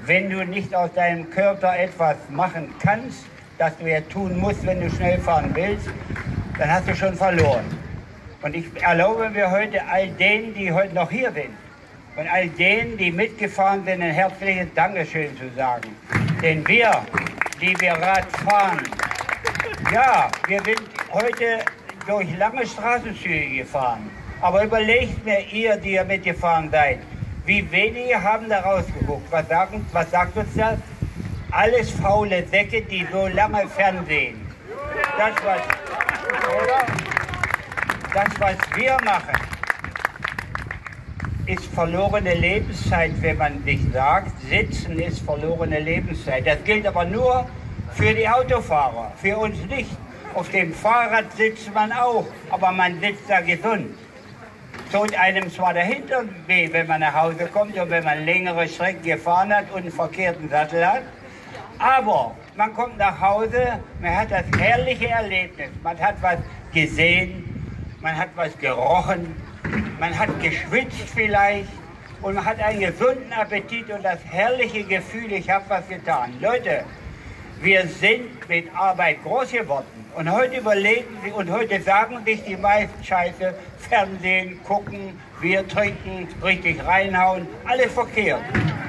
wenn du nicht aus deinem Körper etwas machen kannst, das du ja tun musst, wenn du schnell fahren willst, dann hast du schon verloren. Und ich erlaube mir heute all denen, die heute noch hier sind, und all denen, die mitgefahren sind, ein herzliches Dankeschön zu sagen. Denn wir, die wir Rad fahren, ja, wir sind heute durch lange Straßenzüge gefahren. Aber überlegt mir, ihr, die ihr mitgefahren seid, wie wenige haben da rausgeguckt. Was sagt uns das? Alles faule Säcke, die so lange fernsehen. Das, was wir machen, ist verlorene Lebenszeit, wenn man nicht sagt, Sitzen ist verlorene Lebenszeit. Das gilt aber nur für die Autofahrer, für uns nicht. Auf dem Fahrrad sitzt man auch, aber man sitzt da gesund. Tut einem zwar der Hintern weh, wenn man nach Hause kommt und wenn man längere Strecken gefahren hat und einen verkehrten Sattel hat, aber man kommt nach Hause, man hat das herrliche Erlebnis, man hat was gesehen, man hat was gerochen, man hat geschwitzt vielleicht und man hat einen gesunden Appetit und das herrliche Gefühl, ich habe was getan. Leute, wir sind mit Arbeit groß geworden und heute überlegen Sie und heute sagen sich die meisten Scheiße, Fernsehen, gucken, Bier trinken, richtig reinhauen, alles verkehrt.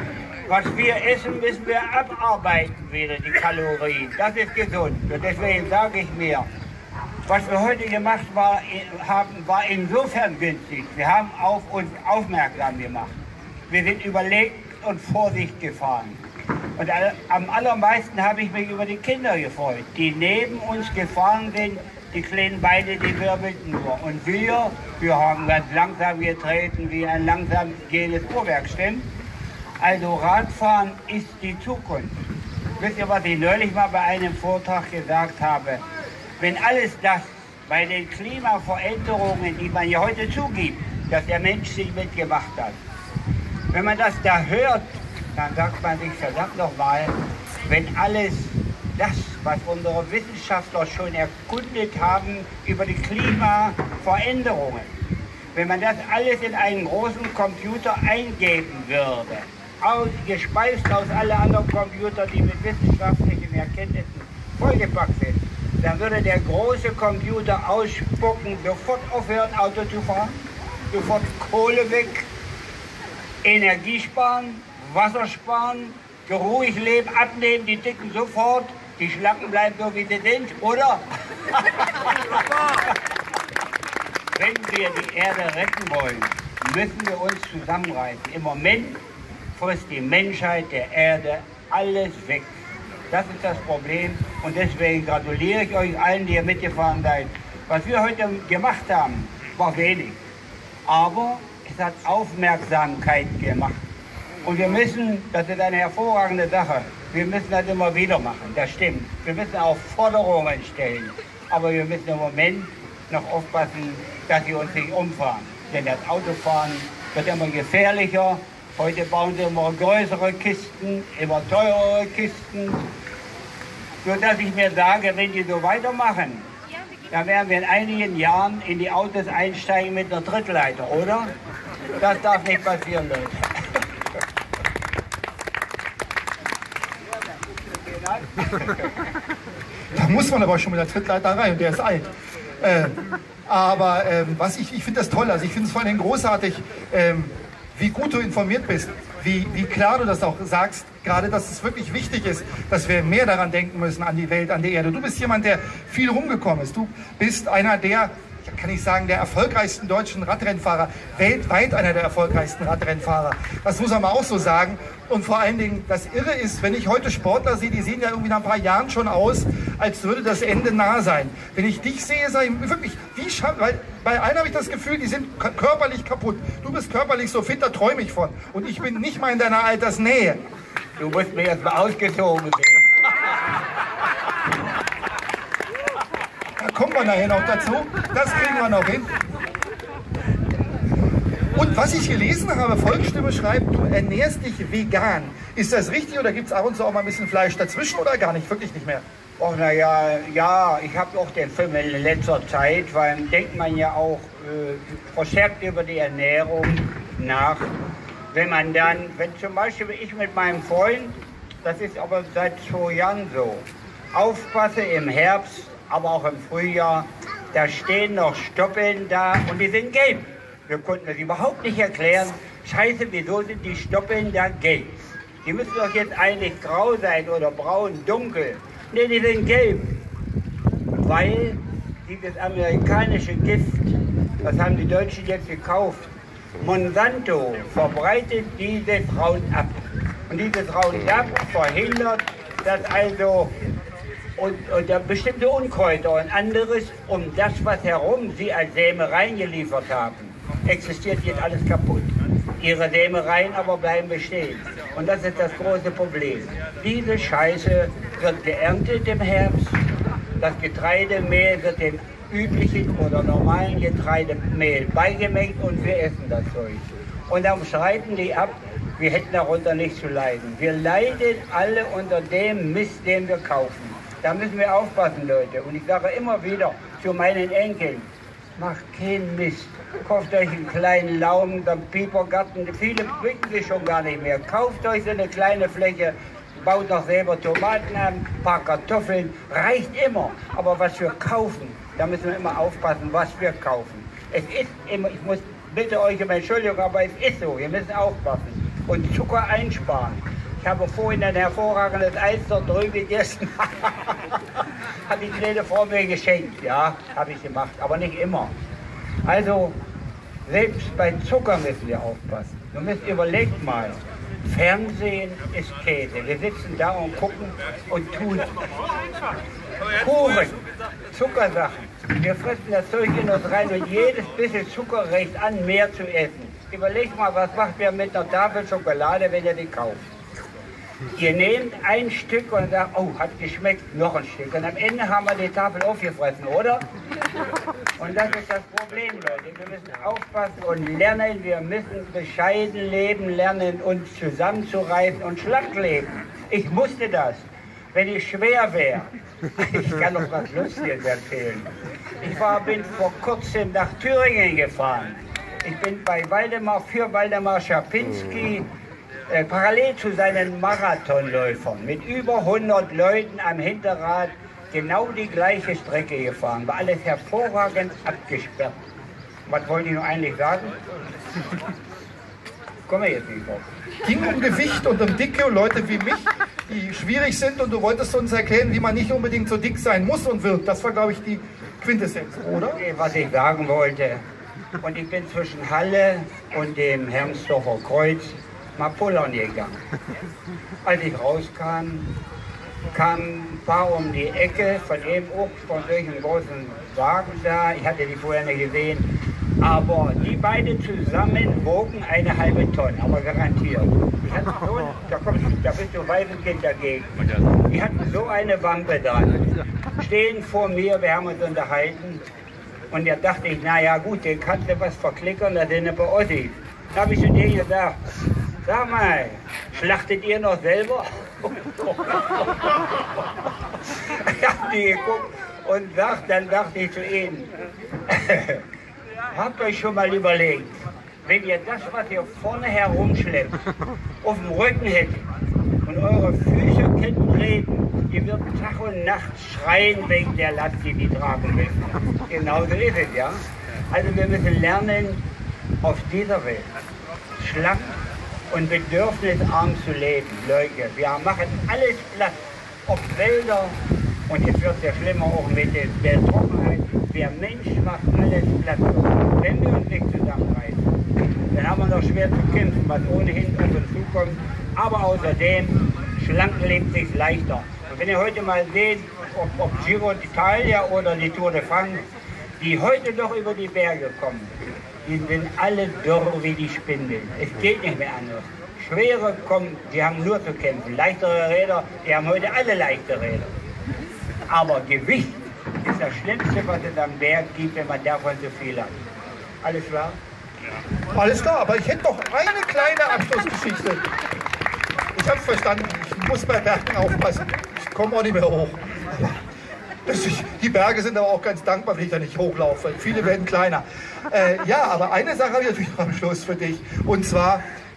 Was wir essen, müssen wir abarbeiten wieder, die Kalorien. Das ist gesund und deswegen sage ich mir, was wir heute gemacht haben, war insofern günstig. Wir haben auf uns aufmerksam gemacht. Wir sind überlegt und Vorsicht gefahren. Und am allermeisten habe ich mich über die Kinder gefreut, die neben uns gefahren sind. Die kleinen Beine, die wirbelten nur. Und wir haben ganz langsam getreten, wie ein langsam gehendes Fuhrwerk, stimmt? Also Radfahren ist die Zukunft. Wisst ihr, was ich neulich mal bei einem Vortrag gesagt habe? Wenn alles das bei den Klimaveränderungen, die man ja heute zugibt, dass der Mensch sich mitgemacht hat, wenn man das da hört, dann sagt man sich, verdammt nochmal, wenn alles das, was unsere Wissenschaftler schon erkundet haben über die Klimaveränderungen, wenn man das alles in einen großen Computer eingeben würde, gespeist aus allen anderen Computern, die mit wissenschaftlichen Erkenntnissen vollgepackt sind, dann würde der große Computer ausspucken, sofort aufhören, Auto zu fahren, sofort Kohle weg, Energie sparen, Wasser sparen, geruhig leben, abnehmen, die Dicken sofort, die Schlanken bleiben so wie sie sind, oder? Wenn wir die Erde retten wollen, müssen wir uns zusammenreißen. Im Moment frisst die Menschheit der Erde alles weg. Das ist das Problem und deswegen gratuliere ich euch allen, die ihr mitgefahren seid. Was wir heute gemacht haben, war wenig, aber es hat Aufmerksamkeit gemacht. Und wir müssen, das ist eine hervorragende Sache, wir müssen das immer wieder machen, das stimmt. Wir müssen auch Forderungen stellen, aber wir müssen im Moment noch aufpassen, dass sie uns nicht umfahren. Denn das Autofahren wird immer gefährlicher. Heute bauen sie immer größere Kisten, immer teurere Kisten. Sodass ich mir sage, wenn die so weitermachen, dann werden wir in einigen Jahren in die Autos einsteigen mit einer Trittleiter, oder? Das darf nicht passieren, Leute. Da muss man aber schon mit der Trittleiter rein und der ist alt. Ich finde das toll, also ich finde es vor allem großartig, wie gut du informiert bist, wie klar du das auch sagst, gerade dass es wirklich wichtig ist, dass wir mehr daran denken müssen, an die Welt, an die Erde. Du bist jemand, der viel rumgekommen ist. Du bist einer der, kann ich sagen, der erfolgreichsten deutschen Radrennfahrer, weltweit einer der erfolgreichsten Radrennfahrer. Das muss man mal auch so sagen. Und vor allen Dingen, das Irre ist, wenn ich heute Sportler sehe, die sehen ja irgendwie nach ein paar Jahren schon aus, als würde das Ende nah sein. Wenn ich dich sehe, sage ich wirklich, weil bei allen habe ich das Gefühl, die sind körperlich kaputt. Du bist körperlich so fit, da träume ich von. Und ich bin nicht mal in deiner Altersnähe. Du musst mir jetzt mal ausgezogen sehen. Da kommen wir nachher noch dazu. Das kriegen wir noch hin. Und was ich gelesen habe, Volksstimme schreibt, du ernährst dich vegan. Ist das richtig oder gibt es ab und zu auch mal ein bisschen Fleisch dazwischen oder gar nicht? Wirklich nicht mehr? Och, naja, ja, ich habe auch den Film in letzter Zeit, weil denkt man ja auch verstärkt über die Ernährung nach. wenn man dann, wenn zum Beispiel ich mit meinem Freund, das ist aber seit 2 Jahren so, aufpasse im Herbst, aber auch im Frühjahr, da stehen noch Stoppeln da und die sind gelb. Wir konnten das überhaupt nicht erklären. Scheiße, wieso sind die Stoppeln da gelb? Die müssen doch jetzt eigentlich grau sein oder braun, dunkel. Ne, die sind gelb. Weil dieses amerikanische Gift, das haben die Deutschen jetzt gekauft, Monsanto verbreitet dieses Roundup. Und dieses Roundup verhindert, dass also und bestimmte Unkräuter und anderes um das, was herum sie als Sämereien geliefert haben, existiert jetzt alles kaputt. Ihre Sämereien aber bleiben bestehen. Und das ist das große Problem. Diese Scheiße wird geerntet im Herbst. Das Getreidemehl wird dem üblichen oder normalen Getreidemehl beigemengt und wir essen das Zeug. Und dann schreiten die ab, wir hätten darunter nicht zu leiden. Wir leiden alle unter dem Mist, den wir kaufen. Da müssen wir aufpassen, Leute. Und ich sage immer wieder zu meinen Enkeln, macht keinen Mist. Kauft euch einen kleinen Lauben, einen Piepergarten. Viele wissen sich schon gar nicht mehr. Kauft euch so eine kleine Fläche, baut noch selber Tomaten an, ein paar Kartoffeln. Reicht immer. Aber was wir kaufen, da müssen wir immer aufpassen, was wir kaufen. Es ist immer, ich muss bitte euch um Entschuldigung, aber es ist so. Wir müssen aufpassen. Und Zucker einsparen. Ich habe vorhin ein hervorragendes Eis dort drüben gegessen. Hat die kleine Frau mir geschenkt. Ja, habe ich gemacht, aber nicht immer. Also, selbst bei Zucker müssen wir aufpassen. Du müsst überlegt mal, Fernsehen ist Käse. Wir sitzen da und gucken und tun Kuchen, Zuckersachen. Wir fressen das Zeug in uns rein und jedes bisschen Zucker regt an, mehr zu essen. Überlegt mal, was macht ihr mit einer Tafel Schokolade, wenn ihr die kauft? Ihr nehmt ein Stück und sagt, oh, hat geschmeckt, noch ein Stück. Und am Ende haben wir die Tafel aufgefressen, oder? Und das ist das Problem, Leute. Wir müssen aufpassen und lernen. Wir müssen bescheiden leben, lernen, uns zusammenzureißen und schlank leben. Ich musste das. Wenn ich schwer wäre, ich kann noch was Lustiges erzählen. Ich bin vor kurzem nach Thüringen gefahren. Ich bin für Waldemar Scharpinski parallel zu seinen Marathonläufern mit über 100 Leuten am Hinterrad genau die gleiche Strecke gefahren. War alles hervorragend abgesperrt. Was wollte ich noch eigentlich sagen? Kommen wir jetzt nicht drauf. Ging um Gewicht und um Dicke und Leute wie mich, die schwierig sind und du wolltest uns erklären, wie man nicht unbedingt so dick sein muss und wird. Das war, glaube ich, die Quintessenz, oder? Was ich sagen wollte. Und ich bin zwischen Halle und dem Hermsdorfer Kreuz mal pullern gegangen. Als ich rauskam, kamen ein paar um die Ecke, von eben auch von solchen großen Wagen da. Ich hatte die vorher nicht gesehen. Aber die beiden zusammen wogen eine halbe Tonne, aber garantiert. Die hatten so, da bist du Waisenkind dagegen. Die hatten so eine Wampe dran. Stehen vor mir, wir haben uns unterhalten. Und da dachte ich, naja gut, den kannst du was verklickern, da sind ein paar Ossis. Da habe ich zu denen gesagt, sag mal, schlachtet ihr noch selber? Ich habe die geguckt und dann dachte ich zu ihnen, habt euch schon mal überlegt, wenn ihr das, was ihr vorne herumschleppt, auf dem Rücken hättet und eure Füße könnten reden, ihr würdet Tag und Nacht schreien wegen der Last, die die tragen müssen. Genauso ist es, ja. Also wir müssen lernen, auf dieser Welt schlank und bedürfnisarm zu leben, Leute. Wir machen alles platt, ob Wälder, und jetzt wird es ja schlimmer auch mit der Trockenheit. Der Mensch macht alles platt. Wenn wir uns nicht zusammenreißen, dann haben wir noch schwer zu kämpfen, was ohnehin auf uns zukommt. Aber außerdem, schlank lebt sich leichter. Und wenn ihr heute mal seht, ob Giro d'Italia oder die Tour de France, die heute noch über die Berge kommen, die sind alle dürr wie die Spindeln. Es geht nicht mehr anders. Schwere kommen, die haben nur zu kämpfen. Leichtere Räder, die haben heute alle leichte Räder. Aber Gewicht ist das Schlimmste, was es am Berg gibt, wenn man davon zu viel hat. Alles klar? Ja. Alles klar, aber ich hätte noch eine kleine Abschlussgeschichte. Ich habe es verstanden, ich muss bei Bergen aufpassen. Ich komme auch nicht mehr hoch. Die Berge sind aber auch ganz dankbar, wenn ich da nicht hochlaufe. Viele werden kleiner. Ja, aber eine Sache habe ich natürlich noch am Schluss für dich. Und zwar,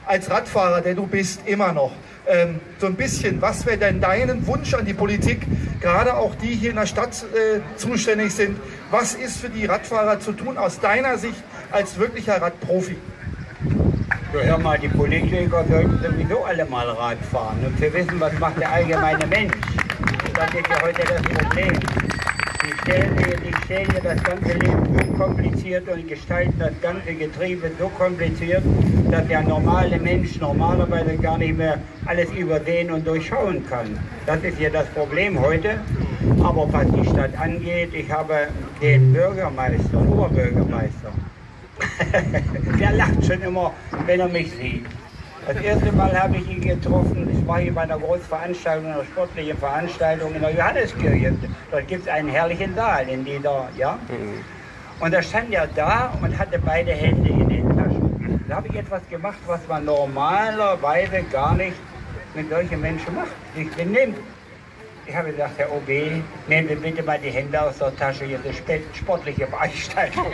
als Radfahrer, der du bist, immer noch, so ein bisschen, was wäre denn dein Wunsch an die Politik, gerade auch die hier in der Stadt zuständig sind? Was ist für die Radfahrer zu tun aus deiner Sicht als wirklicher Radprofi? So, hör mal, die Politiker sollten sowieso alle mal Rad fahren und zu wissen, was macht der allgemeine Mensch. Das ist ja heute das Problem. Die stellen ja das ganze Leben so kompliziert und gestalten das ganze Getriebe so kompliziert, dass der normale Mensch normalerweise gar nicht mehr alles übersehen und durchschauen kann. Das ist ja das Problem heute. Aber was die Stadt angeht, ich habe den Bürgermeister, Oberbürgermeister, der lacht schon immer, wenn er mich sieht. Das erste Mal habe ich ihn getroffen, ich war hier bei einer Großveranstaltung, einer sportlichen Veranstaltung in der Johanneskirche. Dort gibt es einen herrlichen Saal in dieser, ja. Und da stand er da und hatte beide Hände in den Taschen. Da habe ich etwas gemacht, was man normalerweise gar nicht mit solchen Menschen macht, sich benimmt. Ich habe gesagt, Herr OB, nehmen Sie bitte mal die Hände aus der Tasche, hier ist eine sportliche Veranstaltung.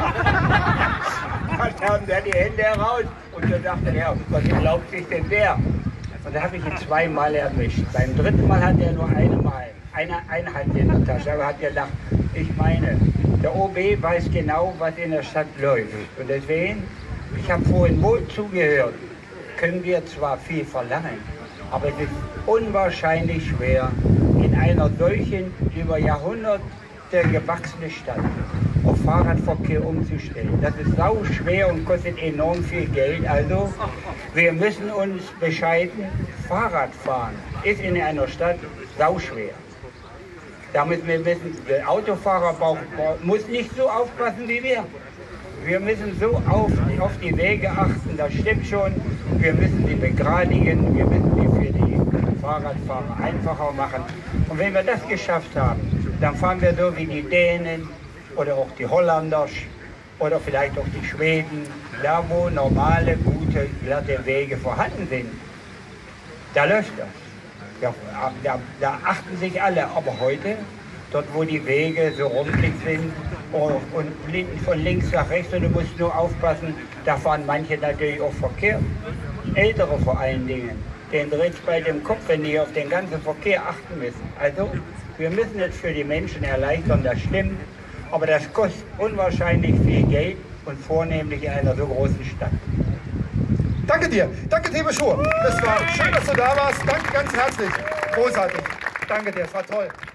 Dann haben sie die Hände heraus und dann dachte er, was glaubt sich denn der? Und da habe ich ihn zweimal erwischt. Beim dritten Mal hat er nur eine Hand in der Tasche, aber hat gedacht, ich meine, der OB weiß genau, was in der Stadt läuft. Und deswegen, ich habe vorhin wohl zugehört, können wir zwar viel verlangen, aber es ist unwahrscheinlich schwer, in einer solchen über Jahrhunderte gewachsene Stadt auf Fahrradverkehr umzustellen. Das ist sau schwer und kostet enorm viel Geld. Also wir müssen uns bescheiden, Fahrradfahren ist in einer Stadt sau schwer. Da müssen wir wissen, der Autofahrer muss nicht so aufpassen wie wir. Wir müssen so auf die Wege achten, das stimmt schon. Wir müssen sie begradigen, wir müssen sie für die Fahrradfahrer einfacher machen. Und wenn wir das geschafft haben, dann fahren wir so wie die Dänen oder auch die Holländer oder vielleicht auch die Schweden, da wo normale, gute, glatte Wege vorhanden sind. Da läuft das. Da achten sich alle, aber heute, dort wo die Wege so rumpelig sind und von links nach rechts und du musst nur aufpassen, da fahren manche natürlich auch verkehrt. Ältere vor allen Dingen, denen dreht es bei dem Kopf, wenn die auf den ganzen Verkehr achten müssen. Also wir müssen es für die Menschen erleichtern, das stimmt, aber das kostet unwahrscheinlich viel Geld und vornehmlich in einer so großen Stadt. Danke dir. Danke, Thebe Schur. Das war schön, dass du da warst. Danke ganz herzlich. Großartig. Danke dir. Es war toll.